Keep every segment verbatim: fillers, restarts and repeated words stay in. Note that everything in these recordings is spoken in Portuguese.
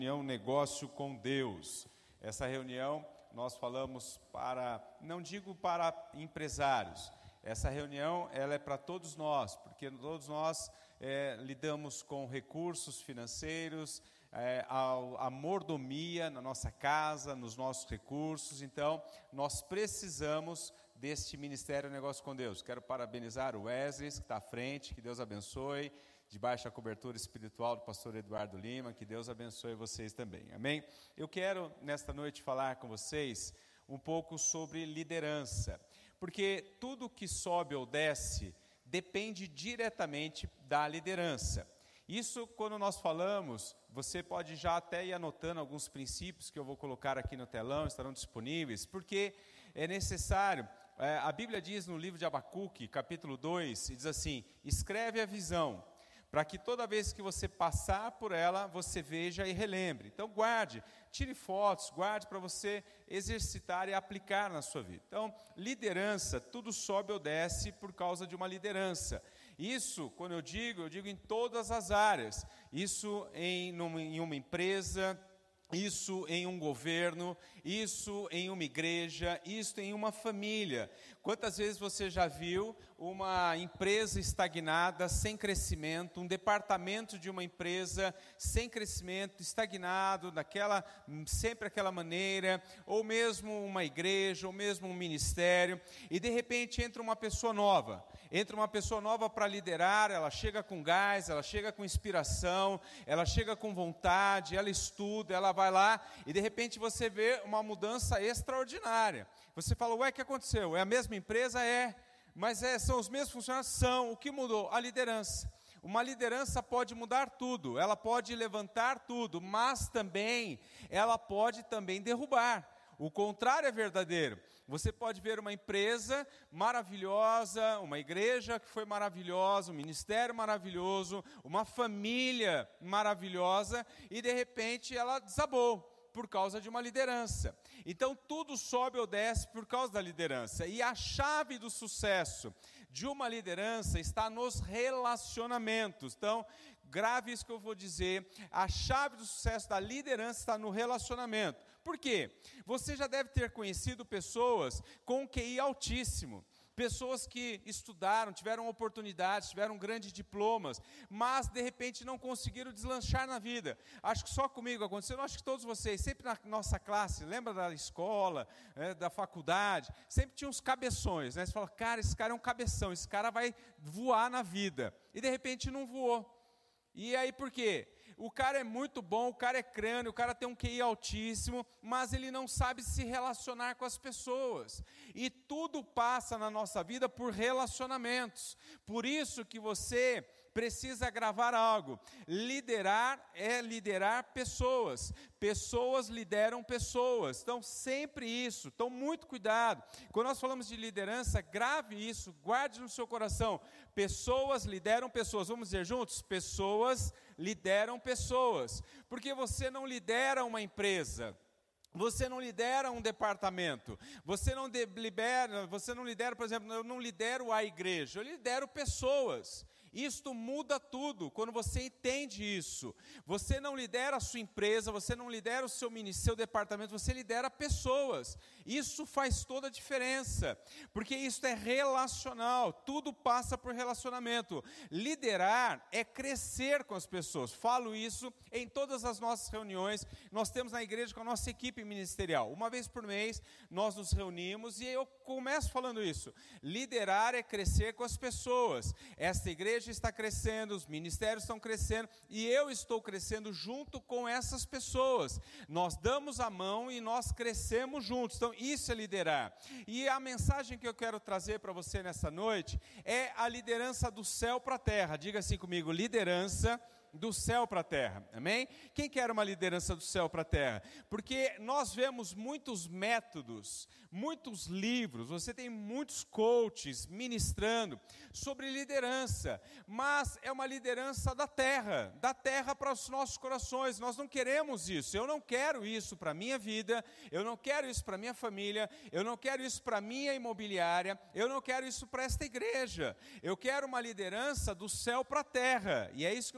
Reunião Negócio com Deus. Essa reunião nós falamos para, não digo para empresários, essa reunião ela é para todos nós, porque todos nós é, lidamos com recursos financeiros, é, a, a mordomia na nossa casa, nos nossos recursos, então nós precisamos deste Ministério Negócio com Deus. Quero parabenizar o Wesley, que está à frente, que Deus abençoe, debaixo da cobertura espiritual do pastor Eduardo Lima, que Deus abençoe vocês também, amém? Eu quero, nesta noite, falar com vocês um pouco sobre liderança, porque tudo que sobe ou desce depende diretamente da liderança. Isso, quando nós falamos, você pode já até ir anotando alguns princípios que eu vou colocar aqui no telão, estarão disponíveis, porque é necessário, é, a Bíblia diz no livro de Abacuque, capítulo dois, diz assim, escreve a visão, para que toda vez que você passar por ela, você veja e relembre. Então guarde, tire fotos, guarde para você exercitar e aplicar na sua vida. Então, liderança, tudo sobe ou desce por causa de uma liderança. Isso, quando eu digo, eu digo em todas as áreas. Isso em, numa, em uma empresa, isso em um governo, isso em uma igreja, isso em uma família. Quantas vezes você já viu uma empresa estagnada, sem crescimento, um departamento de uma empresa sem crescimento, estagnado, daquela, sempre aquela maneira, ou mesmo uma igreja, ou mesmo um ministério, e de repente entra uma pessoa nova, entra uma pessoa nova para liderar, ela chega com gás, ela chega com inspiração, ela chega com vontade, ela estuda, ela vai vai lá e de repente você vê uma mudança extraordinária. Você fala, ué, o que aconteceu? É a mesma empresa? É. Mas é, são os mesmos funcionários? São. O que mudou? A liderança. Uma liderança pode mudar tudo, ela pode levantar tudo, mas também, ela pode também derrubar. O contrário é verdadeiro. Você pode ver uma empresa maravilhosa, uma igreja que foi maravilhosa, um ministério maravilhoso, uma família maravilhosa, e de repente ela desabou por causa de uma liderança. Então tudo sobe ou desce por causa da liderança. E a chave do sucesso de uma liderança está nos relacionamentos. Então, grave isso que eu vou dizer. A chave do sucesso da liderança está no relacionamento. Por quê? Você já deve ter conhecido pessoas com Q I altíssimo. Pessoas que estudaram, tiveram oportunidades, tiveram grandes diplomas, mas de repente não conseguiram deslanchar na vida. Acho que só comigo aconteceu, acho que todos vocês, sempre na nossa classe, lembra da escola, é, da faculdade, sempre tinha uns cabeções, né? Você fala, cara, esse cara é um cabeção, esse cara vai voar na vida. E de repente não voou. E aí por quê? O cara é muito bom, o cara é crânio, o cara tem um Q I altíssimo, mas ele não sabe se relacionar com as pessoas. E tudo passa na nossa vida por relacionamentos. Por isso que você precisa gravar algo. Liderar é liderar pessoas. Pessoas lideram pessoas. Então, sempre isso. Então, muito cuidado. Quando nós falamos de liderança, grave isso, guarde no seu coração. Pessoas lideram pessoas. Vamos dizer juntos? Pessoas lideram pessoas. Porque você não lidera uma empresa. Você não lidera um departamento, você não libera, você não lidera, por exemplo, eu não lidero a igreja, eu lidero pessoas. Isto muda tudo, quando você entende isso. Você não lidera a sua empresa, você não lidera o seu ministério, seu departamento, você lidera pessoas. Isso faz toda a diferença, porque isso é relacional, tudo passa por relacionamento. Liderar é crescer com as pessoas. Falo isso em todas as nossas reuniões, nós temos na igreja com a nossa equipe ministerial. Uma vez por mês, nós nos reunimos e eu começo falando isso. Liderar é crescer com as pessoas. Esta igreja está crescendo, os ministérios estão crescendo e eu estou crescendo junto com essas pessoas. Nós damos a mão e nós crescemos juntos. Então, isso é liderar. E a mensagem que eu quero trazer para você nessa noite é a liderança do céu para a terra. Diga assim comigo, liderança do céu para a terra, amém? Quem quer uma liderança do céu para a terra? Porque nós vemos muitos métodos, muitos livros, você tem muitos coaches ministrando sobre liderança, mas é uma liderança da terra, da terra para os nossos corações. Nós não queremos isso, eu não quero isso para a minha vida, eu não quero isso para a minha família, eu não quero isso para a minha imobiliária, eu não quero isso para esta igreja, eu quero uma liderança do céu para a terra, e é isso que nós vamos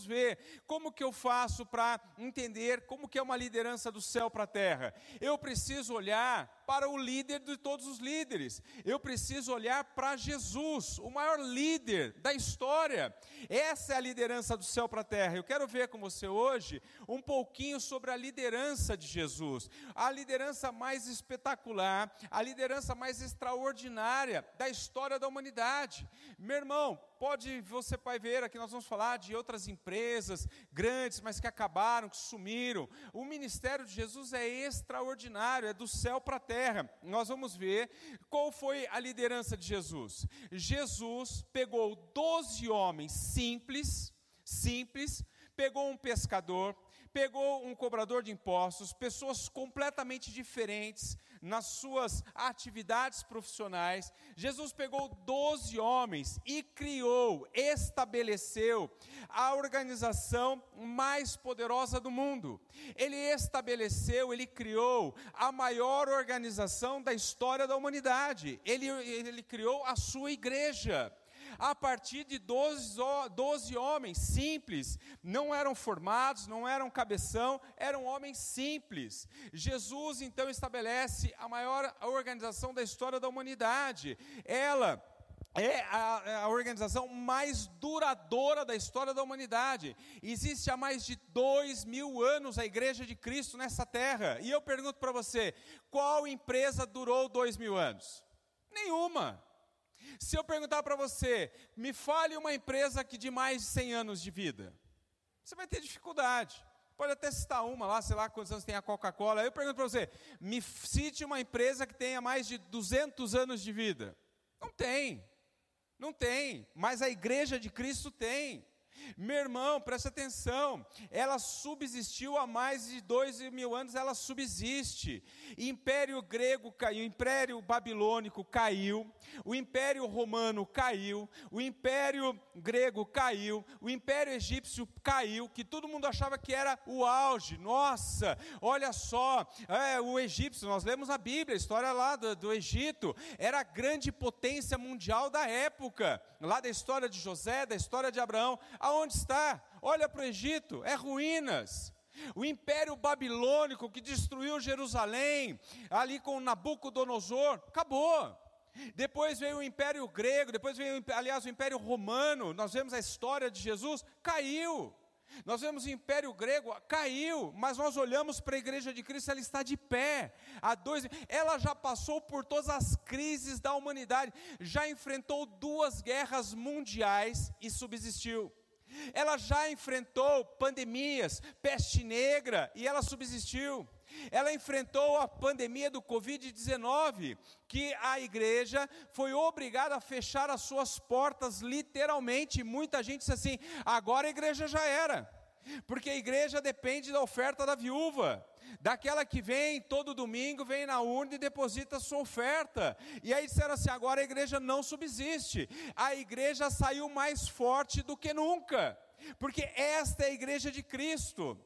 vamos ver como que eu faço para entender como que é uma liderança do céu para a terra. Eu preciso olhar para o líder de todos os líderes. Eu preciso olhar para Jesus, o maior líder da história. Essa é a liderança do céu para a terra. Eu quero ver com você hoje um pouquinho sobre a liderança de Jesus. A liderança mais espetacular, a liderança mais extraordinária da história da humanidade. Meu irmão, pode, você vai ver, aqui nós vamos falar de outras empresas grandes, mas que acabaram, que sumiram. O ministério de Jesus é extraordinário, é do céu para a terra. Nós vamos ver qual foi a liderança de Jesus. Jesus pegou doze homens simples, simples, pegou um pescador, pegou um cobrador de impostos, pessoas completamente diferentes nas suas atividades profissionais. Jesus pegou doze homens e criou, estabeleceu a organização mais poderosa do mundo. Ele estabeleceu, ele criou a maior organização da história da humanidade. Ele, ele criou a sua igreja. A partir de doze, doze homens simples, não eram formados, não eram cabeção, eram homens simples. Jesus então estabelece a maior organização da história da humanidade. Ela é a, a organização mais duradoura da história da humanidade. Existe há mais de dois mil anos a Igreja de Cristo nessa terra. E eu pergunto para você, qual empresa durou dois mil anos? Nenhuma. Se eu perguntar para você, me fale uma empresa que de mais de cem anos de vida, você vai ter dificuldade. Pode até citar uma lá, sei lá quantos anos tem a Coca-Cola. Eu pergunto para você, me cite uma empresa que tenha mais de duzentos anos de vida. Não tem, não tem, mas a Igreja de Cristo tem. Meu irmão, presta atenção, ela subsistiu há mais de dois mil anos, ela subsiste. Império grego caiu, Império babilônico caiu, o Império romano caiu, o Império grego caiu, o Império egípcio caiu, que todo mundo achava que era o auge. Nossa, olha só, é, o egípcio, nós lemos a Bíblia, a história lá do, do Egito, era a grande potência mundial da época, lá da história de José, da história de Abraão. Aonde está? Olha para o Egito, é ruínas. O Império Babilônico que destruiu Jerusalém, ali com Nabucodonosor, acabou. Depois veio o Império Grego, depois veio, aliás, o Império Romano, nós vemos a história de Jesus, caiu. Nós vemos o Império Grego, caiu, mas nós olhamos para a Igreja de Cristo, ela está de pé. Há dois, ela já passou por todas as crises da humanidade, já enfrentou duas guerras mundiais e subsistiu. Ela já enfrentou pandemias, peste negra, e ela subsistiu. Ela enfrentou a pandemia do covid dezenove, que a igreja foi obrigada a fechar as suas portas literalmente. Muita gente disse assim, agora a igreja já era, porque a igreja depende da oferta da viúva, daquela que vem todo domingo, vem na urna e deposita a sua oferta. E aí disseram assim, agora a igreja não subsiste. A igreja saiu mais forte do que nunca, porque esta é a Igreja de Cristo.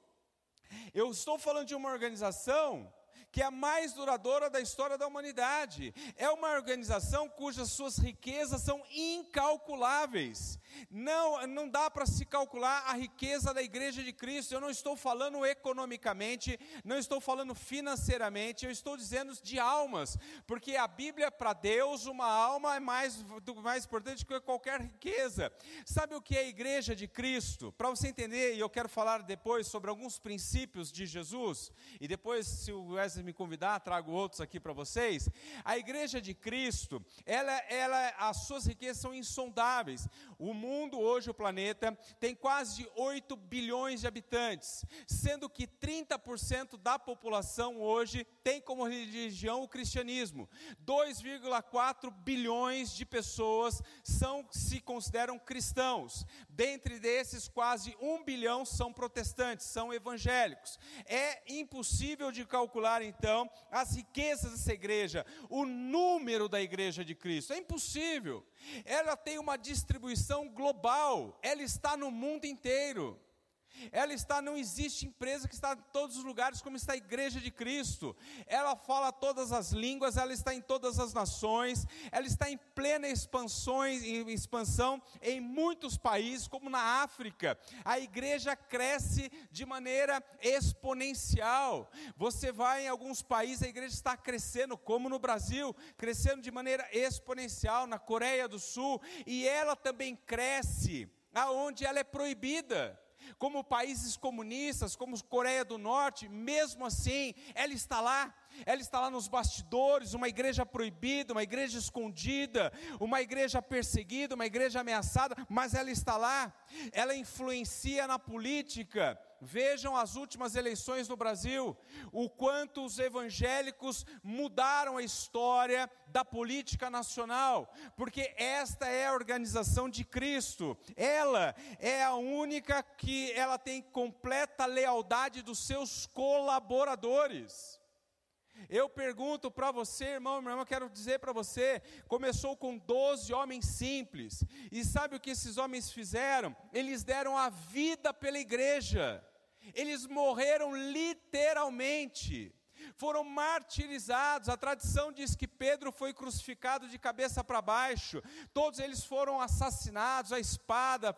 Eu estou falando de uma organização que é a mais duradoura da história da humanidade. É uma organização cujas suas riquezas são incalculáveis. Não, não dá para se calcular a riqueza da Igreja de Cristo. Eu não estou falando economicamente, não estou falando financeiramente, eu estou dizendo de almas, porque a Bíblia, para Deus, uma alma é mais, mais importante que qualquer riqueza. Sabe o que é a Igreja de Cristo? Para você entender, e eu quero falar depois sobre alguns princípios de Jesus, e depois, se o Wesley me convidar, trago outros aqui para vocês. A Igreja de Cristo, ela, ela, as suas riquezas são insondáveis. O mundo hoje, o planeta, tem quase oito bilhões de habitantes, sendo que trinta por cento da população hoje tem como religião o cristianismo. dois vírgula quatro bilhões de pessoas são, se consideram cristãos. Dentre desses, quase um bilhão são protestantes, são evangélicos. É impossível de calcular, então, as riquezas dessa igreja, o número da Igreja de Cristo. É impossível. Ela tem uma distribuição global, ela está no mundo inteiro. Ela está, não existe empresa que está em todos os lugares como está a igreja de Cristo. Ela fala todas as línguas, ela está em todas as nações, ela está em plena expansão, em expansão em muitos países, como na África. A igreja cresce de maneira exponencial. Você vai em alguns países, a igreja está crescendo, como no Brasil, crescendo de maneira exponencial, na Coreia do Sul, e ela também cresce aonde ela é proibida. Como países comunistas, como Coreia do Norte, mesmo assim, ela está lá, ela está lá nos bastidores, uma igreja proibida, uma igreja escondida, uma igreja perseguida, uma igreja ameaçada, mas ela está lá, ela influencia na política. Vejam as últimas eleições no Brasil, o quanto os evangélicos mudaram a história da política nacional, porque esta é a organização de Cristo, ela é a única que ela tem completa lealdade dos seus colaboradores. Eu pergunto para você, irmão, meu irmão, eu quero dizer para você, começou com doze homens simples, e sabe o que esses homens fizeram? Eles deram a vida pela igreja, eles morreram literalmente, foram martirizados. A tradição diz que Pedro foi crucificado de cabeça para baixo, todos eles foram assassinados à espada,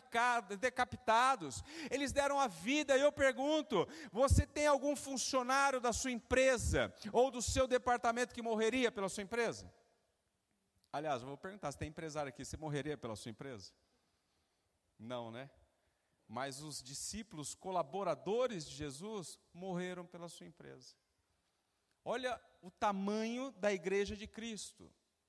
decapitados, eles deram a vida. E eu pergunto, você tem algum funcionário da sua empresa, ou do seu departamento que morreria pela sua empresa? Aliás, eu vou perguntar, se tem empresário aqui, você morreria pela sua empresa? Não, né? Mas os discípulos, colaboradores de Jesus, morreram pela sua empresa. Olha o tamanho da igreja de Cristo.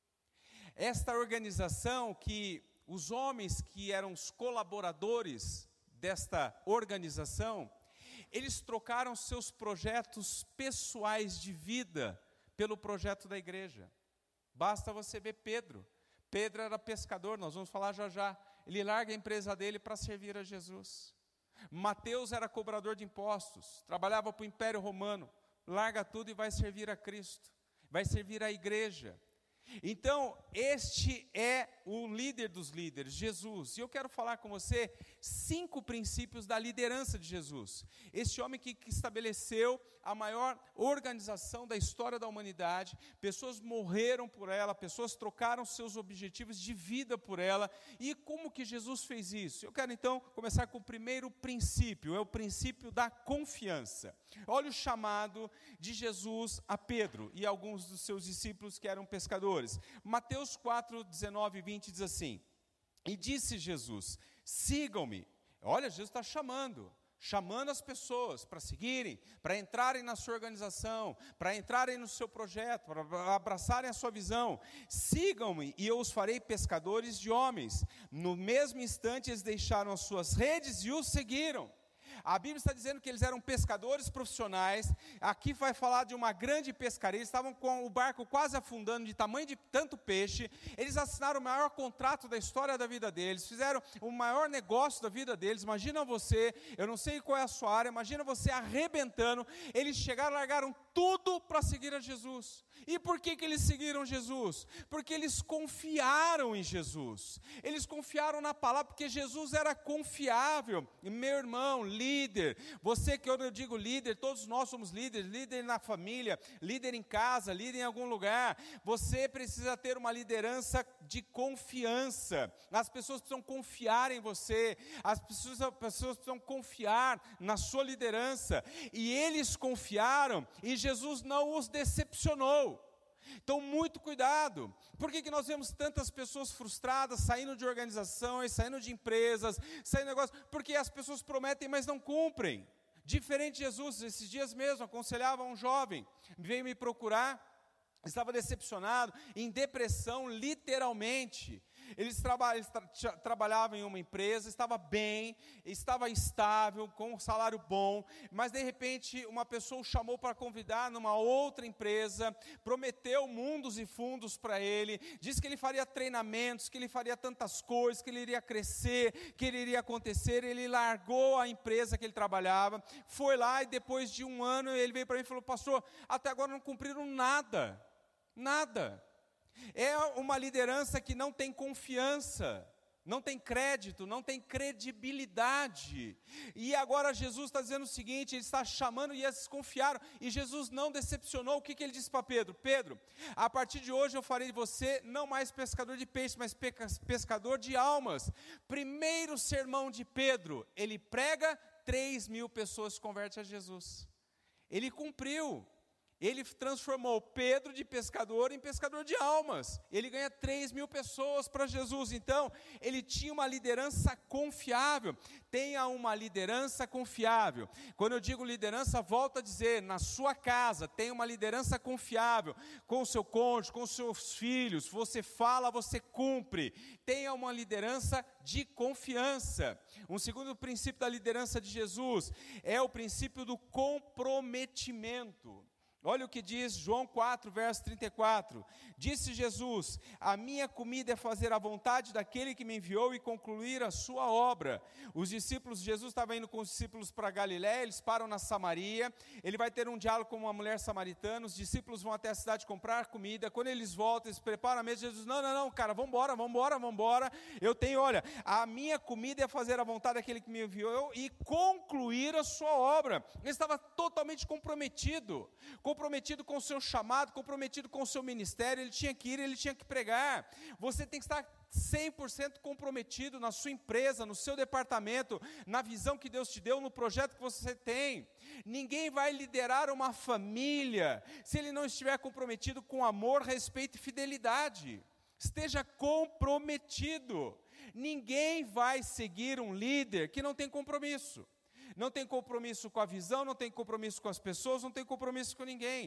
Esta organização que os homens que eram os colaboradores desta organização, eles trocaram seus projetos pessoais de vida pelo projeto da igreja. Basta você ver Pedro. Pedro era pescador, nós vamos falar já já. Ele larga a empresa dele para servir a Jesus. Mateus era cobrador de impostos, trabalhava para o Império Romano, larga tudo e vai servir a Cristo, vai servir a igreja. Então, este é o líder dos líderes, Jesus. E eu quero falar com você cinco princípios da liderança de Jesus. Este homem que, que estabeleceu a maior organização da história da humanidade, pessoas morreram por ela, pessoas trocaram seus objetivos de vida por ela. E como que Jesus fez isso? Eu quero então começar com o primeiro princípio, é o princípio da confiança. Olha o chamado de Jesus a Pedro e alguns dos seus discípulos que eram pescadores. Mateus quatro, dezenove e vinte diz assim: e disse Jesus, sigam-me. Olha, Jesus está chamando, chamando as pessoas para seguirem, para entrarem na sua organização, para entrarem no seu projeto, para abraçarem a sua visão. Sigam-me e eu os farei pescadores de homens. No mesmo instante eles deixaram as suas redes e os seguiram. A Bíblia está dizendo que eles eram pescadores profissionais. Aqui vai falar de uma grande pescaria. Eles estavam com o barco quase afundando de tamanho de tanto peixe. Eles assinaram o maior contrato da história da vida deles, fizeram o maior negócio da vida deles. Imagina você, eu não sei qual é a sua área, imagina você arrebentando. Eles chegaram, largaram tudo para seguir a Jesus. E por que que eles seguiram Jesus? Porque eles confiaram em Jesus. Eles confiaram na palavra, porque Jesus era confiável. E meu irmão, líder, você que eu digo líder, todos nós somos líderes, líder na família, líder em casa, líder em algum lugar. Você precisa ter uma liderança de confiança. As pessoas precisam confiar em você, as pessoas, as pessoas precisam confiar na sua liderança. E eles confiaram, e Jesus não os decepcionou. Então, muito cuidado. Por que que nós vemos tantas pessoas frustradas, saindo de organizações, saindo de empresas, saindo de negócios? Porque as pessoas prometem, mas não cumprem. Diferente de Jesus, esses dias mesmo, aconselhava um jovem, veio me procurar, estava decepcionado, em depressão, literalmente. Eles, traba, eles tra, trabalhavam em uma empresa, estava bem, estava estável, com um salário bom, mas de repente uma pessoa o chamou para convidar numa outra empresa, prometeu mundos e fundos para ele, disse que ele faria treinamentos, que ele faria tantas coisas, que ele iria crescer, que ele iria acontecer. Ele largou a empresa que ele trabalhava, foi lá e depois de um ano ele veio para mim e falou: pastor, até agora não cumpriram nada, nada. É uma liderança que não tem confiança. não tem crédito, não tem credibilidade. E agora Jesus está dizendo o seguinte, Ele está chamando e eles confiaram, e Jesus não decepcionou. O que, que Ele disse para Pedro? Pedro, a partir de hoje eu farei de você não mais pescador de peixes, mas pescador de almas. Primeiro sermão de Pedro, ele prega, três mil pessoas se convertem a Jesus. Ele cumpriu. Ele transformou Pedro de pescador em pescador de almas. Ele ganha três mil pessoas para Jesus. Então, ele tinha uma liderança confiável. Tenha uma liderança confiável. Quando eu digo liderança, volto a dizer, na sua casa, tenha uma liderança confiável. Com o seu cônjuge, com os seus filhos. Você fala, você cumpre. Tenha uma liderança de confiança. Um segundo princípio da liderança de Jesus é o princípio do comprometimento. Olha o que diz João quatro, verso trinta e quatro. Disse Jesus, a minha comida é fazer a vontade daquele que me enviou e concluir a sua obra. Os discípulos, Jesus estava indo com os discípulos para Galiléia, eles param na Samaria, ele vai ter um diálogo com uma mulher samaritana, os discípulos vão até a cidade comprar comida, quando eles voltam, eles preparam a mesa, Jesus, não, não, não, cara, vamos embora, vamos embora, vamos embora, eu tenho, olha, a minha comida é fazer a vontade daquele que me enviou e concluir a sua obra. Ele estava totalmente comprometido, comprometido com o seu chamado, comprometido com o seu ministério, ele tinha que ir, ele tinha que pregar. Você tem que estar cem por cento comprometido na sua empresa, no seu departamento, na visão que Deus te deu, no projeto que você tem. Ninguém vai liderar uma família se ele não estiver comprometido com amor, respeito e fidelidade. Esteja comprometido. Ninguém vai seguir um líder que não tem compromisso. Não tem compromisso com a visão, não tem compromisso com as pessoas, não tem compromisso com ninguém.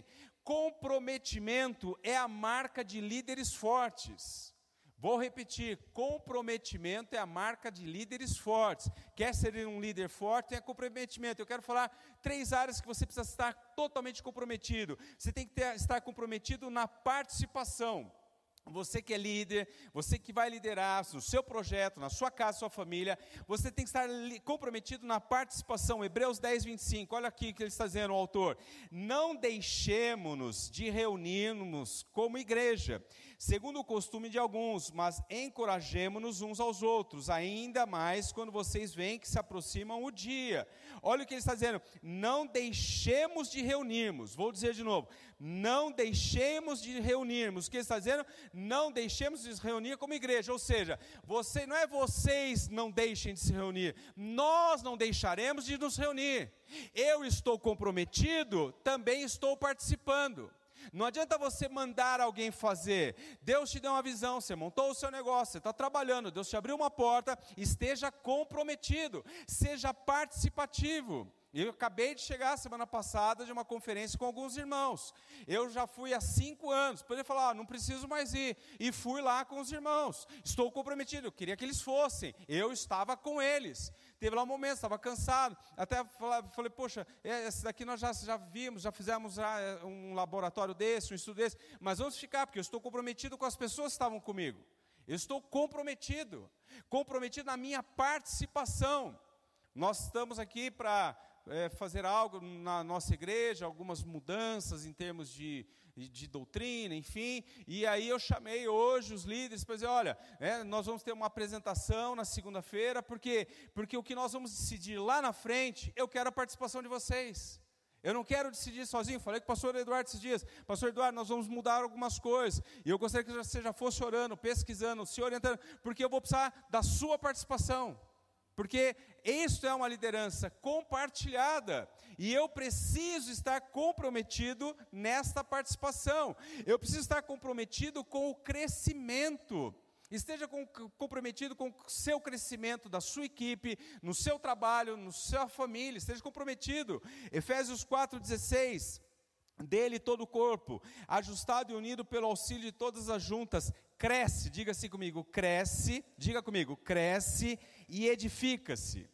Comprometimento é a marca de líderes fortes. Vou repetir, comprometimento é a marca de líderes fortes. Quer ser um líder forte, tem comprometimento. Eu quero falar três áreas que você precisa estar totalmente comprometido. Você tem que ter, estar comprometido na participação. Você que é líder, você que vai liderar no seu projeto, na sua casa, sua família, você tem que estar comprometido na participação. Hebreus dez, vinte e cinco, olha aqui o que ele está dizendo, o autor. Não deixemos-nos de reunirmos como igreja, segundo o costume de alguns, mas encorajemo-nos uns aos outros, ainda mais quando vocês veem que se aproximam o dia. Olha o que ele está dizendo, não deixemos de reunirmos, vou dizer de novo, não deixemos de reunirmos, o que ele está dizendo? Não deixemos de se reunir como igreja, ou seja, você, não é vocês não deixem de se reunir, nós não deixaremos de nos reunir. Eu estou comprometido, também estou participando. Não adianta você mandar alguém fazer. Deus te deu uma visão, você montou o seu negócio, você está trabalhando, Deus te abriu uma porta, esteja comprometido, seja participativo. Eu acabei de chegar semana passada de uma conferência com alguns irmãos. Eu já fui há cinco anos. Poderia falar, ah, não preciso mais ir. E fui lá com os irmãos. Estou comprometido. Eu queria que eles fossem. Eu estava com eles. Teve lá um momento, estava cansado. Até falei, poxa, esse daqui nós já, já vimos, já fizemos já um laboratório desse, um estudo desse. Mas vamos ficar, porque eu estou comprometido com as pessoas que estavam comigo. Eu estou comprometido. Comprometido na minha participação. Nós estamos aqui para... É, fazer algo na nossa igreja, algumas mudanças em termos de, de, de doutrina, enfim, e aí eu chamei hoje os líderes para dizer, olha, é, nós vamos ter uma apresentação na segunda-feira, porque, porque o que nós vamos decidir lá na frente, eu quero a participação de vocês. Eu não quero decidir sozinho, falei com o pastor Eduardo esses dias, pastor Eduardo, nós vamos mudar algumas coisas, e eu gostaria que você já fosse orando, pesquisando, se orientando, porque eu vou precisar da sua participação. Porque isso é uma liderança compartilhada, e eu preciso estar comprometido nesta participação, eu preciso estar comprometido com o crescimento, esteja com, comprometido com o seu crescimento, da sua equipe, no seu trabalho, na sua família, esteja comprometido. Efésios quatro, dezesseis, dele todo o corpo, ajustado e unido pelo auxílio de todas as juntas, cresce, diga assim comigo, cresce, diga comigo, cresce e edifica-se.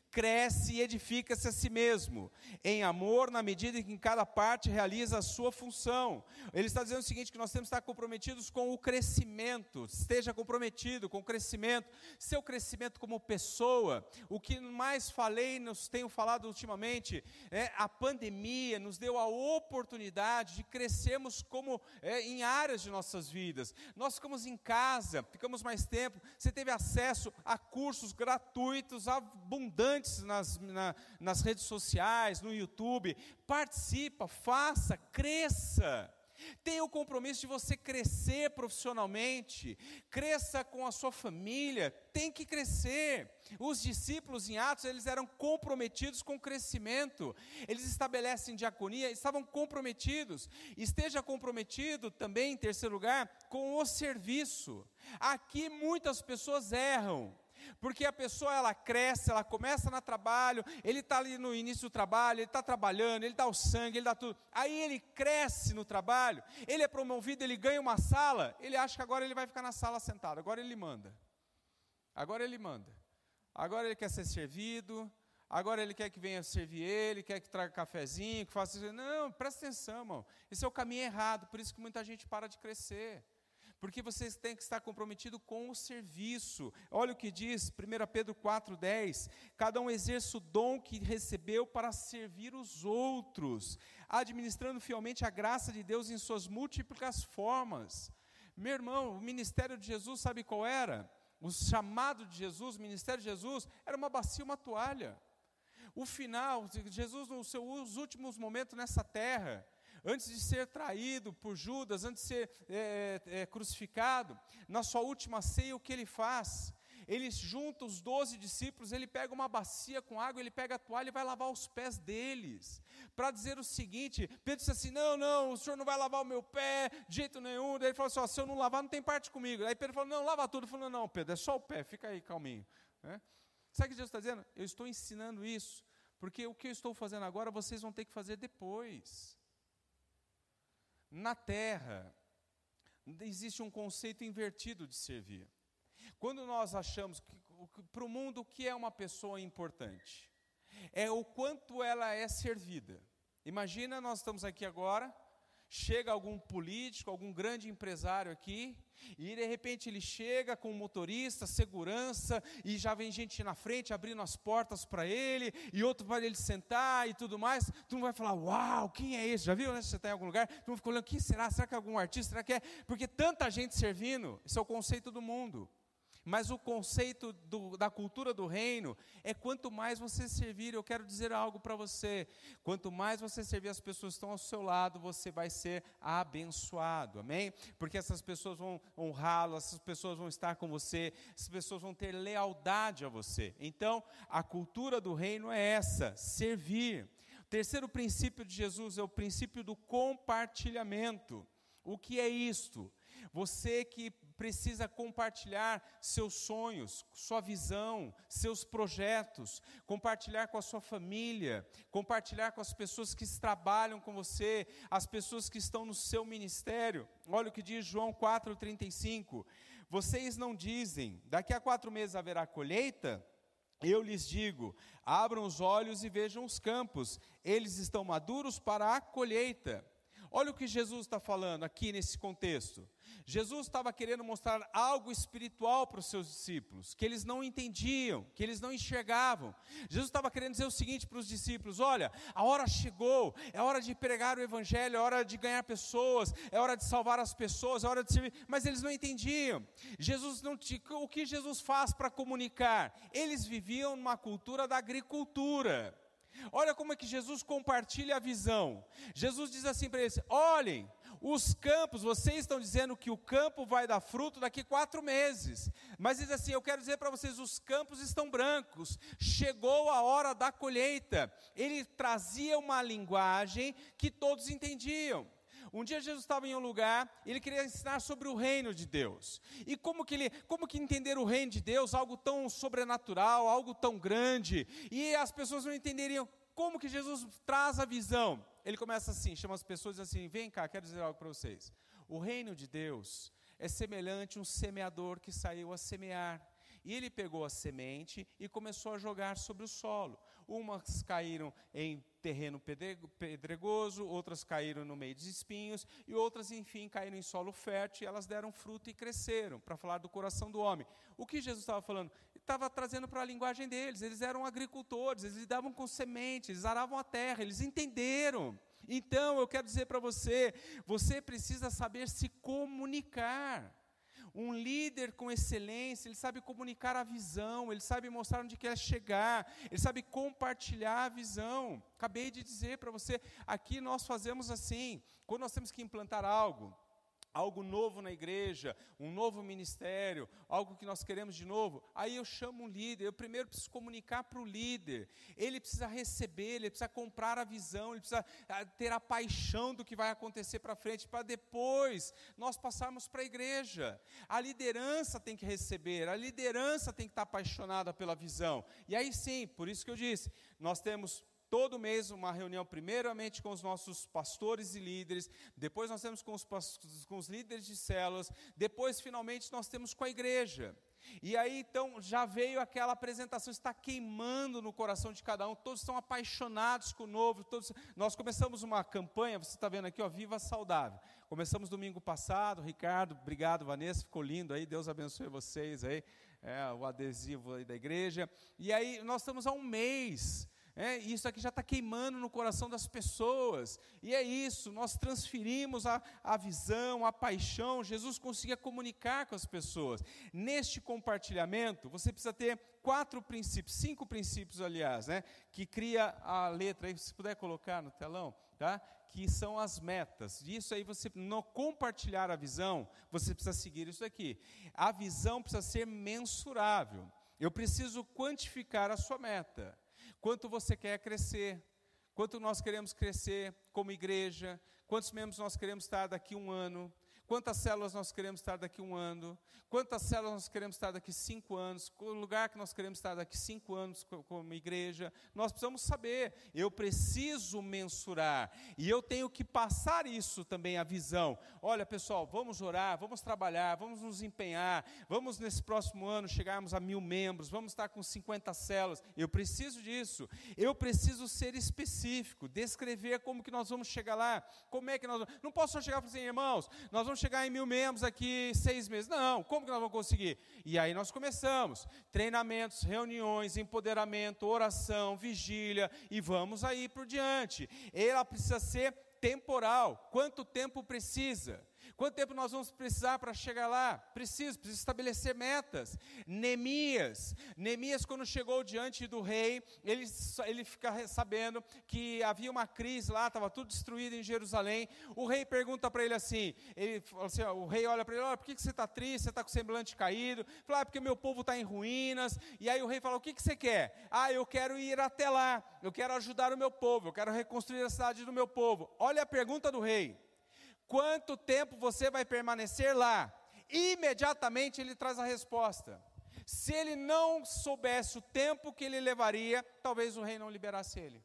cresce e edifica-se a si mesmo, em amor, na medida em que cada parte realiza a sua função. Ele está dizendo o seguinte, que nós temos que estar comprometidos com o crescimento, esteja comprometido com o crescimento, seu crescimento como pessoa. O que mais falei, nos tenho falado ultimamente, é, a pandemia nos deu a oportunidade de crescermos como, é, em áreas de nossas vidas. Nós ficamos em casa, ficamos mais tempo, você teve acesso a cursos gratuitos, abundantes, Nas, na, nas redes sociais, no YouTube. Participa, faça, cresça. Tenha o compromisso de você crescer profissionalmente, cresça com a sua família, tem que crescer. Os discípulos em Atos, eles eram comprometidos com o crescimento, eles estabelecem diaconia, estavam comprometidos. Esteja comprometido também, em terceiro lugar, com o serviço. Aqui muitas pessoas erram, porque a pessoa, ela cresce, ela começa no trabalho, ele está ali no início do trabalho, ele está trabalhando, ele dá o sangue, ele dá tudo, aí ele cresce no trabalho, ele é promovido, ele ganha uma sala, ele acha que agora ele vai ficar na sala sentado, agora ele manda, agora ele manda, agora ele quer ser servido, agora ele quer que venha servir ele, quer que traga cafezinho, que faça isso. Não, presta atenção, irmão, esse é o caminho errado, por isso que muita gente para de crescer. Porque vocês têm que estar comprometidos com o serviço. Olha o que diz primeira Pedro quatro, dez. Cada um exerce o dom que recebeu para servir os outros, administrando fielmente a graça de Deus em suas múltiplas formas. Meu irmão, o ministério de Jesus, sabe qual era? O chamado de Jesus, o ministério de Jesus, era uma bacia, uma toalha. O final, Jesus nos seus últimos momentos nessa terra, antes de ser traído por Judas, antes de ser é, é, crucificado, na sua última ceia, o que ele faz? Ele junta os doze discípulos, ele pega uma bacia com água, ele pega a toalha e vai lavar os pés deles, para dizer o seguinte. Pedro disse assim, não, não, o senhor não vai lavar o meu pé, de jeito nenhum. Daí ele falou assim, ó, se eu não lavar, não tem parte comigo. Aí Pedro falou, não, lava tudo. Ele falou, não, Pedro, é só o pé, fica aí calminho. É? Sabe o que Jesus está dizendo? Eu estou ensinando isso, porque o que eu estou fazendo agora, vocês vão ter que fazer depois. Na terra, existe um conceito invertido de servir. Quando nós achamos que, para o mundo, o que é uma pessoa importante? É o quanto ela é servida. Imagina, nós estamos aqui agora, chega algum político, algum grande empresário aqui, e de repente ele chega com motorista, segurança, e já vem gente na frente abrindo as portas para ele, e outro para ele sentar e tudo mais. Tu não vai falar, uau, quem é esse? Já viu, né? Se você está em algum lugar, tu não fica olhando, quem será? Será que é algum artista? Será que é? Porque tanta gente servindo, esse é o conceito do mundo. Mas o conceito do, da cultura do reino é quanto mais você servir. Eu quero dizer algo para você, quanto mais você servir as pessoas que estão ao seu lado, você vai ser abençoado, amém? Porque essas pessoas vão honrá-lo, essas pessoas vão estar com você, essas pessoas vão ter lealdade a você. Então, a cultura do reino é essa, servir. O terceiro princípio de Jesus é o princípio do compartilhamento. O que é isto? Você que precisa compartilhar seus sonhos, sua visão, seus projetos, compartilhar com a sua família, compartilhar com as pessoas que trabalham com você, as pessoas que estão no seu ministério. Olha o que diz João quatro, trinta e cinco. Vocês não dizem, daqui a quatro meses haverá colheita? Eu lhes digo, abram os olhos e vejam os campos, eles estão maduros para a colheita. Olha o que Jesus está falando aqui nesse contexto. Jesus estava querendo mostrar algo espiritual para os seus discípulos, que eles não entendiam, que eles não enxergavam. Jesus estava querendo dizer o seguinte para os discípulos, olha, a hora chegou, é hora de pregar o evangelho, é hora de ganhar pessoas, é hora de salvar as pessoas, é hora de servir, mas eles não entendiam. Jesus não tinha, o que Jesus faz para comunicar? Eles viviam numa cultura da agricultura. Olha como é que Jesus compartilha a visão. Jesus diz assim para eles, olhem, os campos, vocês estão dizendo que o campo vai dar fruto daqui quatro meses, mas diz assim, eu quero dizer para vocês, os campos estão brancos, chegou a hora da colheita. Ele trazia uma linguagem que todos entendiam. Um dia Jesus estava em um lugar, ele queria ensinar sobre o reino de Deus. E como que, ele, como que entender o reino de Deus, algo tão sobrenatural, algo tão grande, e as pessoas não entenderiam como que Jesus traz a visão. Ele começa assim, chama as pessoas e diz assim, vem cá, quero dizer algo para vocês. O reino de Deus é semelhante a um semeador que saiu a semear. E ele pegou a semente e começou a jogar sobre o solo. Umas caíram em terreno pedregoso, outras caíram no meio dos espinhos, e outras, enfim, caíram em solo fértil, e elas deram fruto e cresceram, para falar do coração do homem. O que Jesus estava falando? Estava trazendo para a linguagem deles. Eles eram agricultores, eles lidavam com sementes, eles aravam a terra, eles entenderam. Então, eu quero dizer para você, você precisa saber se comunicar. Um líder com excelência, ele sabe comunicar a visão, ele sabe mostrar onde quer chegar, ele sabe compartilhar a visão. Acabei de dizer para você, aqui nós fazemos assim, quando nós temos que implantar algo, algo novo na igreja, um novo ministério, algo que nós queremos de novo, aí eu chamo um líder, eu primeiro preciso comunicar para o líder, ele precisa receber, ele precisa comprar a visão, ele precisa ter a paixão do que vai acontecer para frente, para depois nós passarmos para a igreja. A liderança tem que receber, a liderança tem que estar apaixonada pela visão, e aí sim, por isso que eu disse, nós temos todo mês uma reunião, primeiramente com os nossos pastores e líderes, depois nós temos com os, com os líderes de células, depois finalmente nós temos com a igreja. E aí então já veio aquela apresentação, está queimando no coração de cada um, todos estão apaixonados com o novo, todos, nós começamos uma campanha, você está vendo aqui, ó, Viva Saudável, começamos domingo passado, Ricardo, obrigado Vanessa, ficou lindo aí, Deus abençoe vocês aí, é, o adesivo aí da igreja, e aí nós estamos há um mês, É, isso aqui já está queimando no coração das pessoas, e é isso, nós transferimos a, a visão, a paixão, Jesus conseguia comunicar com as pessoas. Neste compartilhamento, você precisa ter quatro princípios, cinco princípios, aliás, né, que cria a letra, aí, se puder colocar no telão, tá? Que são as metas. Isso aí, você, no compartilhar a visão, você precisa seguir isso aqui. A visão precisa ser mensurável, eu preciso quantificar a sua meta. Quanto você quer crescer, quanto nós queremos crescer como igreja, quantos membros nós queremos estar daqui a um ano, quantas células nós queremos estar daqui a um ano, quantas células nós queremos estar daqui a cinco anos, qual lugar que nós queremos estar daqui a cinco anos como igreja, nós precisamos saber, eu preciso mensurar, e eu tenho que passar isso também, a visão. Olha pessoal, vamos orar, vamos trabalhar, vamos nos empenhar, vamos nesse próximo ano chegarmos a mil membros, vamos estar com cinquenta células, eu preciso disso, eu preciso ser específico, descrever como que nós vamos chegar lá, como é que nós vamos, não posso só chegar e falar assim, irmãos, nós vamos chegar em mil membros aqui seis meses, não, como que nós vamos conseguir? E aí nós começamos, treinamentos, reuniões, empoderamento, oração, vigília, e vamos aí por diante. Ela precisa ser temporal, quanto tempo precisa? Quanto tempo nós vamos precisar para chegar lá? Preciso, preciso estabelecer metas. Neemias, Neemias quando chegou diante do rei, ele, ele fica sabendo que havia uma crise lá, estava tudo destruído em Jerusalém. O rei pergunta para ele assim, ele, assim ó, o rei olha para ele, olha, por que, que você está triste, você está com o semblante caído? Fala, ah, porque meu povo está em ruínas. E aí o rei fala, o que, que você quer? Ah, eu quero ir até lá, eu quero ajudar o meu povo, eu quero reconstruir a cidade do meu povo. Olha a pergunta do rei. Quanto tempo você vai permanecer lá? Imediatamente ele traz a resposta. Se ele não soubesse o tempo que ele levaria, talvez o rei não liberasse ele.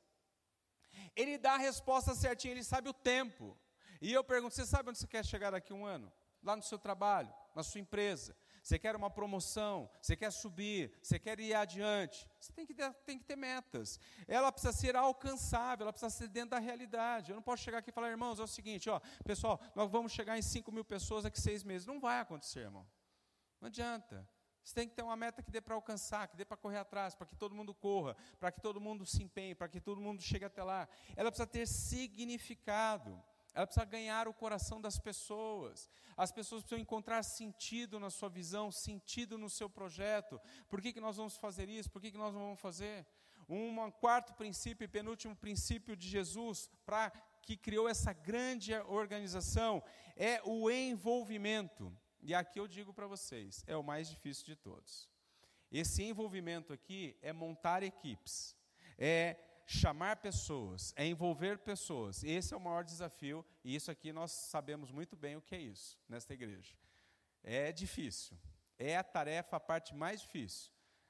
Ele dá a resposta certinha, ele sabe o tempo. E eu pergunto, você sabe onde você quer chegar daqui a um ano? Lá no seu trabalho, na sua empresa. Você quer uma promoção, você quer subir, você quer ir adiante. Você tem que, ter, tem que ter metas. Ela precisa ser alcançável, ela precisa ser dentro da realidade. Eu não posso chegar aqui e falar, irmãos, é o seguinte, ó, pessoal, nós vamos chegar em cinco mil pessoas daqui a seis meses. Não vai acontecer, irmão. Não adianta. Você tem que ter uma meta que dê para alcançar, que dê para correr atrás, para que todo mundo corra, para que todo mundo se empenhe, para que todo mundo chegue até lá. Ela precisa ter significado. Ela precisa ganhar o coração das pessoas. As pessoas precisam encontrar sentido na sua visão, sentido no seu projeto. Por que, que nós vamos fazer isso? Por que, que nós não vamos fazer? Um quarto princípio e penúltimo princípio de Jesus, para que criou essa grande organização, é o envolvimento. E aqui eu digo para vocês, é o mais difícil de todos. Esse envolvimento aqui é montar equipes, é chamar pessoas, é envolver pessoas. Esse é o maior desafio, e isso aqui nós sabemos muito bem o que é isso, nesta igreja. É difícil, é a tarefa, a parte mais difícil.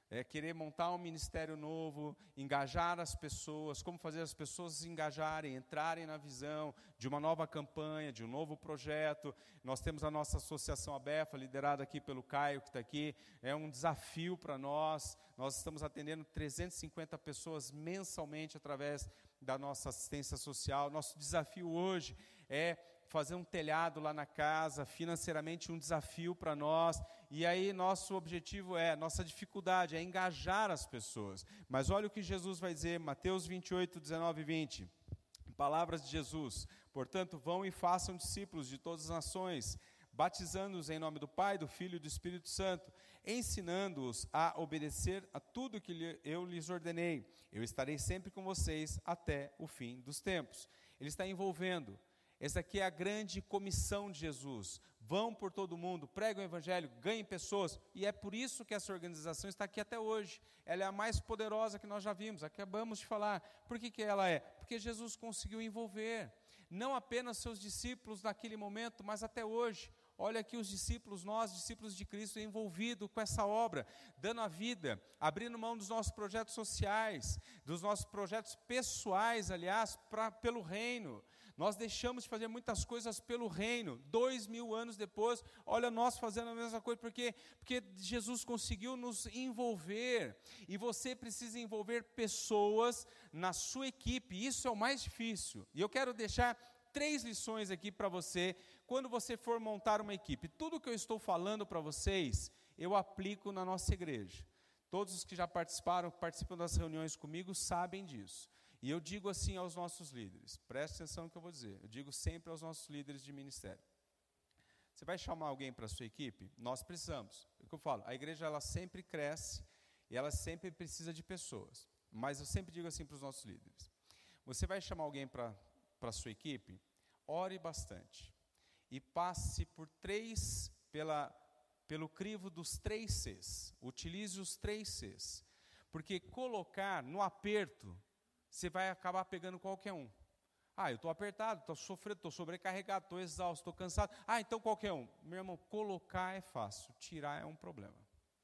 é querer montar um ministério novo, engajar as pessoas, como fazer as pessoas se engajarem, entrarem na visão de uma nova campanha, de um novo projeto. Nós temos a nossa associação Abefa, liderada aqui pelo Caio, que está aqui. É um desafio para nós. Nós estamos atendendo trezentas e cinquenta pessoas mensalmente através da nossa assistência social. Nosso desafio hoje é fazer um telhado lá na casa, financeiramente um desafio para nós, e aí nosso objetivo é, nossa dificuldade é engajar as pessoas. Mas olha o que Jesus vai dizer, Mateus vinte e oito, dezenove e vinte, palavras de Jesus: portanto, vão e façam discípulos de todas as nações, batizando-os em nome do Pai, do Filho e do Espírito Santo, ensinando-os a obedecer a tudo que eu lhes ordenei. Eu estarei sempre com vocês até o fim dos tempos. Ele está envolvendo. Essa aqui é a grande comissão de Jesus. Vão por todo mundo, pregam o evangelho, ganhem pessoas. E é por isso que essa organização está aqui até hoje. Ela é a mais poderosa que nós já vimos, acabamos de falar. Por que que ela é? Porque Jesus conseguiu envolver, não apenas seus discípulos naquele momento, mas até hoje. Olha aqui os discípulos, nós, discípulos de Cristo, envolvidos com essa obra, dando a vida, abrindo mão dos nossos projetos sociais, dos nossos projetos pessoais, aliás, pra, pelo reino. Nós deixamos de fazer muitas coisas pelo reino. Dois mil anos depois, olha nós fazendo a mesma coisa. Por quê? Porque Jesus conseguiu nos envolver. E você precisa envolver pessoas na sua equipe. Isso é o mais difícil. E eu quero deixar três lições aqui para você, quando você for montar uma equipe. Tudo que eu estou falando para vocês, eu aplico na nossa igreja. Todos os que já participaram, participam das reuniões comigo, sabem disso. E eu digo assim aos nossos líderes, preste atenção no que eu vou dizer, eu digo sempre aos nossos líderes de ministério. Você vai chamar alguém para a sua equipe? Nós precisamos. É o que eu falo, a igreja ela sempre cresce e ela sempre precisa de pessoas. Mas eu sempre digo assim para os nossos líderes, você vai chamar alguém para para a sua equipe? Ore bastante. E passe por três, pela, pelo crivo dos três Cs. Utilize os três Cs. Porque colocar no aperto, você vai acabar pegando qualquer um. Ah, eu estou apertado, estou sofrendo, estou sobrecarregado, estou exausto, estou cansado. Ah, então qualquer um. Meu irmão, colocar é fácil, tirar é um problema.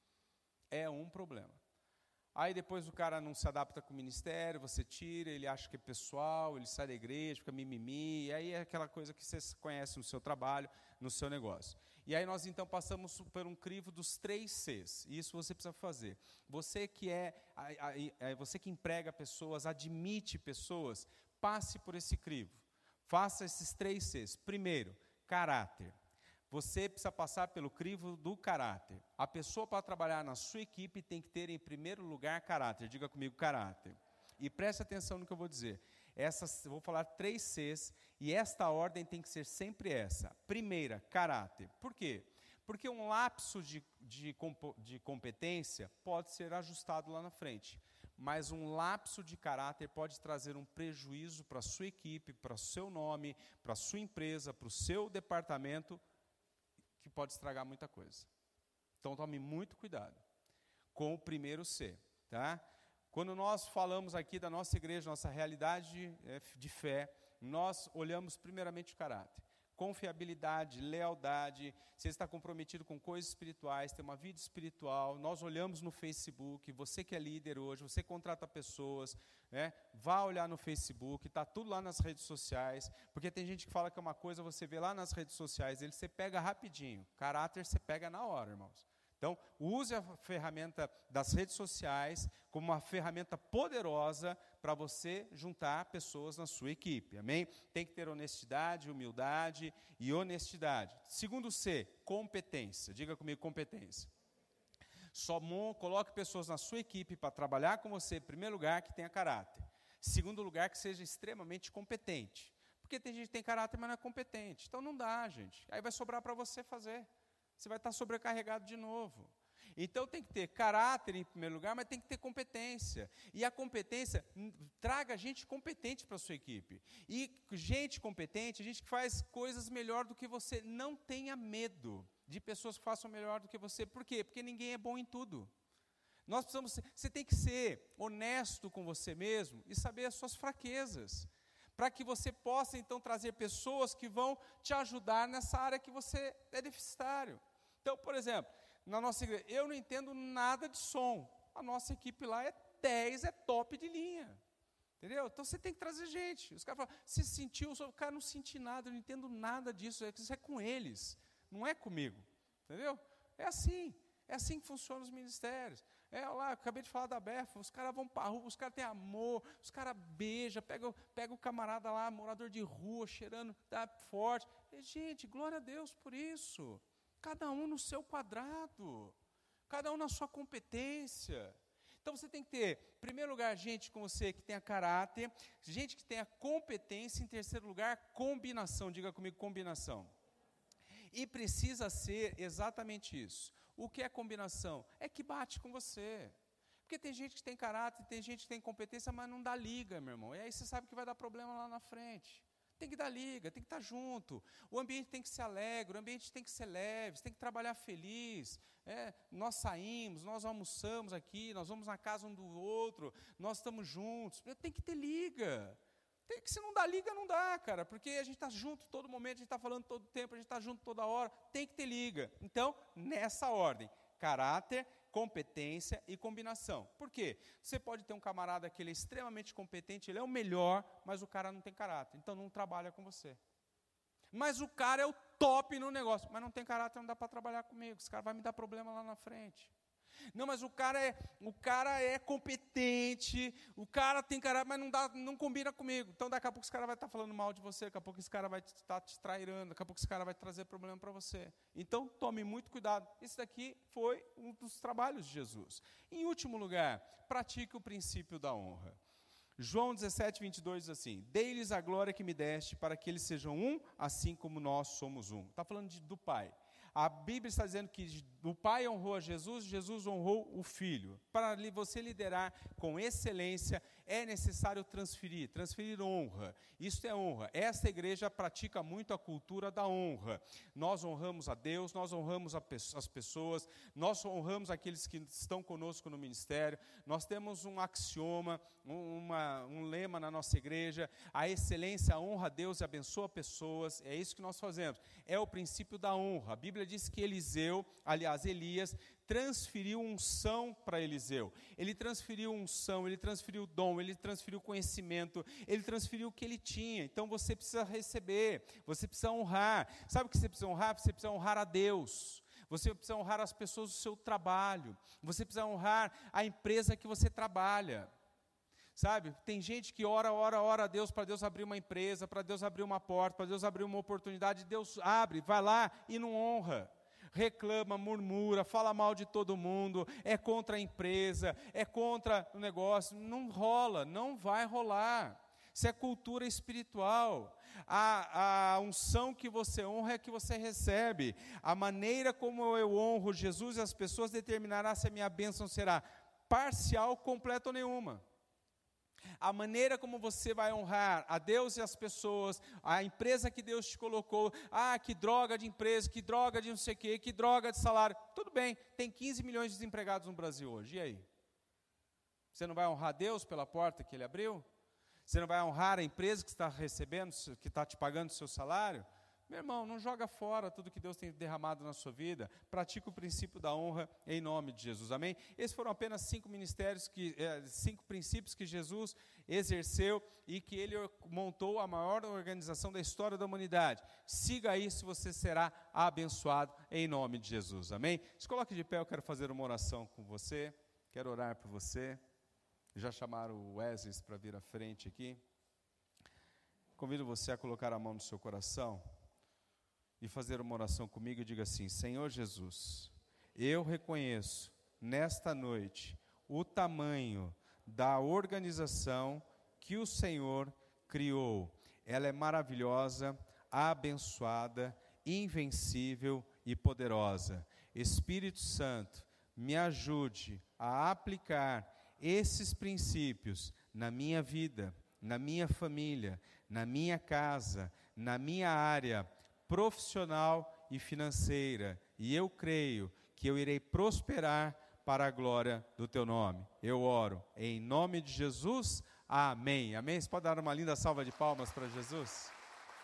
É um problema. Aí depois o cara não se adapta com o ministério, você tira, ele acha que é pessoal, ele sai da igreja, fica mimimi, e aí é aquela coisa que você conhece no seu trabalho, no seu negócio. E aí nós então passamos por um crivo dos três Cs, e isso você precisa fazer. Você que é, é você que emprega pessoas, admite pessoas, passe por esse crivo. Faça esses três Cs. Primeiro, caráter. Você precisa passar pelo crivo do caráter. A pessoa para trabalhar na sua equipe tem que ter, em primeiro lugar, caráter. Diga comigo, caráter. E preste atenção no que eu vou dizer. Essas, eu vou falar três Cs, e esta ordem tem que ser sempre essa. Primeira, caráter. Por quê? Porque um lapso de, de, de competência pode ser ajustado lá na frente. Mas um lapso de caráter pode trazer um prejuízo para a sua equipe, para o seu nome, para a sua empresa, para o seu departamento, que pode estragar muita coisa. Então, tome muito cuidado com o primeiro C, tá? Quando nós falamos aqui da nossa igreja, nossa realidade de fé, nós olhamos primeiramente o caráter. Confiabilidade, lealdade, você está comprometido com coisas espirituais, tem uma vida espiritual. Nós olhamos no Facebook, você que é líder hoje, você contrata pessoas, né? Vá olhar no Facebook, está tudo lá nas redes sociais, porque tem gente que fala que é uma coisa, você vê lá nas redes sociais, ele você pega rapidinho, caráter você pega na hora, irmãos. Então, use a ferramenta das redes sociais como uma ferramenta poderosa para você juntar pessoas na sua equipe, amém? Tem que ter honestidade, humildade e honestidade. Segundo C, competência. Diga comigo, competência. Só coloque pessoas na sua equipe para trabalhar com você, em primeiro lugar, que tenha caráter. Segundo lugar, que seja extremamente competente. Porque tem gente que tem caráter, mas não é competente. Então, não dá, gente. Aí vai sobrar para você fazer. Você vai estar sobrecarregado de novo. Então, tem que ter caráter em primeiro lugar, mas tem que ter competência. E a competência, traga gente competente para a sua equipe. E gente competente, gente que faz coisas melhor do que você. Não tenha medo de pessoas que façam melhor do que você. Por quê? Porque ninguém é bom em tudo. Nós precisamos ser, você tem que ser honesto com você mesmo e saber as suas fraquezas, para que você possa, então, trazer pessoas que vão te ajudar nessa área que você é deficitário. Então, por exemplo, na nossa igreja, eu não entendo nada de som. a nossa equipe lá é dez, é top de linha. Entendeu? Então você tem que trazer gente. Os caras falam, você sentiu? O cara não senti nada, eu não entendo nada disso. Isso é com eles, não é comigo. Entendeu? É assim. É assim que funcionam os ministérios. É, lá, eu acabei de falar da Befa, os caras vão para a rua, os caras têm amor, os caras beijam, pega, pega o camarada lá, morador de rua, cheirando, tá forte. E, gente, glória a Deus por isso. Cada um no seu quadrado. Cada um na sua competência. Então você tem que ter, em primeiro lugar, gente com você que tenha caráter, gente que tenha competência, em terceiro lugar, combinação. Diga comigo, combinação. E precisa ser exatamente isso. O que é combinação? É que bate com você. Porque tem gente que tem caráter, tem gente que tem competência, mas não dá liga, meu irmão. E aí você sabe que vai dar problema lá na frente. Tem que dar liga, tem que estar junto. O ambiente tem que ser alegre, o ambiente tem que ser leve, você tem que trabalhar feliz. É, nós saímos, nós almoçamos aqui, nós vamos na casa um do outro, nós estamos juntos. Tem que ter liga. Tem que, se não dá liga, não dá, cara, porque a gente está junto todo momento, a gente está falando todo tempo, a gente está junto toda hora, tem que ter liga. Então, nessa ordem, caráter, competência e combinação. Por quê? Você pode ter um camarada que ele é extremamente competente, ele é o melhor, mas o cara não tem caráter, então não trabalha com você. Mas o cara é o top no negócio, mas não tem caráter, não dá para trabalhar comigo, esse cara vai me dar problema lá na frente. Não, mas o cara é, o cara é competente, o cara tem caráter, mas não, dá, não combina comigo. Então, daqui a pouco esse cara vai estar falando mal de você, daqui a pouco esse cara vai estar te trairando, daqui a pouco esse cara vai trazer problema para você. Então, tome muito cuidado. Esse daqui foi um dos trabalhos de Jesus. Em último lugar, pratique o princípio da honra. João dezessete, vinte e dois diz assim, dei-lhes a glória que me deste, para que eles sejam um, assim como nós somos um. Está falando de, do Pai. A Bíblia está dizendo que o Pai honrou a Jesus, Jesus honrou o Filho. Para você liderar com excelência, é necessário transferir, transferir honra. Isso é honra. Esta igreja pratica muito a cultura da honra. Nós honramos a Deus, nós honramos a, as pessoas, nós honramos aqueles que estão conosco no ministério. Nós temos um axioma, uma, um lema na nossa igreja, a excelência honra a Deus e abençoa pessoas. É isso que nós fazemos. É o princípio da honra. A Bíblia diz que Eliseu, aliás, Elias, transferiu unção para Eliseu. Ele transferiu unção, ele transferiu dom, ele transferiu conhecimento, ele transferiu o que ele tinha. Então você precisa receber, você precisa honrar. Sabe o que você precisa honrar? Você precisa honrar a Deus. Você precisa honrar as pessoas do seu trabalho. Você precisa honrar a empresa que você trabalha. Sabe, tem gente que ora, ora, ora a Deus para Deus abrir uma empresa, para Deus abrir uma porta, para Deus abrir uma oportunidade, Deus abre, vai lá e não honra. Reclama, murmura, fala mal de todo mundo, é contra a empresa, é contra o negócio, não rola, não vai rolar. Isso é cultura espiritual. A, a unção que você honra é que você recebe. A maneira como eu honro Jesus e as pessoas determinará se a minha bênção será parcial, completa ou nenhuma. A maneira como você vai honrar a Deus e as pessoas, a empresa que Deus te colocou, ah, que droga de empresa, que droga de não sei o quê, que droga de salário, tudo bem, tem quinze milhões de desempregados no Brasil hoje, e aí? Você não vai honrar Deus pela porta que Ele abriu? Você não vai honrar a empresa que está recebendo, que está te pagando o seu salário? Meu irmão, não joga fora tudo que Deus tem derramado na sua vida. Pratica o princípio da honra em nome de Jesus. Amém? Esses foram apenas cinco ministérios, que, eh, cinco princípios que Jesus exerceu e que Ele montou a maior organização da história da humanidade. Siga isso, você será abençoado em nome de Jesus. Amém? Se coloque de pé, eu quero fazer uma oração com você. Quero orar por você. Já chamaram o Wesley para vir à frente aqui. Convido você a colocar a mão no seu coração e fazer uma oração comigo e diga assim: Senhor Jesus, eu reconheço nesta noite o tamanho da organização que o Senhor criou. Ela é maravilhosa, abençoada, invencível e poderosa. Espírito Santo, me ajude a aplicar esses princípios na minha vida, na minha família, na minha casa, na minha área profissional e financeira, e eu creio que eu irei prosperar para a glória do teu nome. Eu oro em nome de Jesus, amém. Amém? Você pode dar uma linda salva de palmas para Jesus?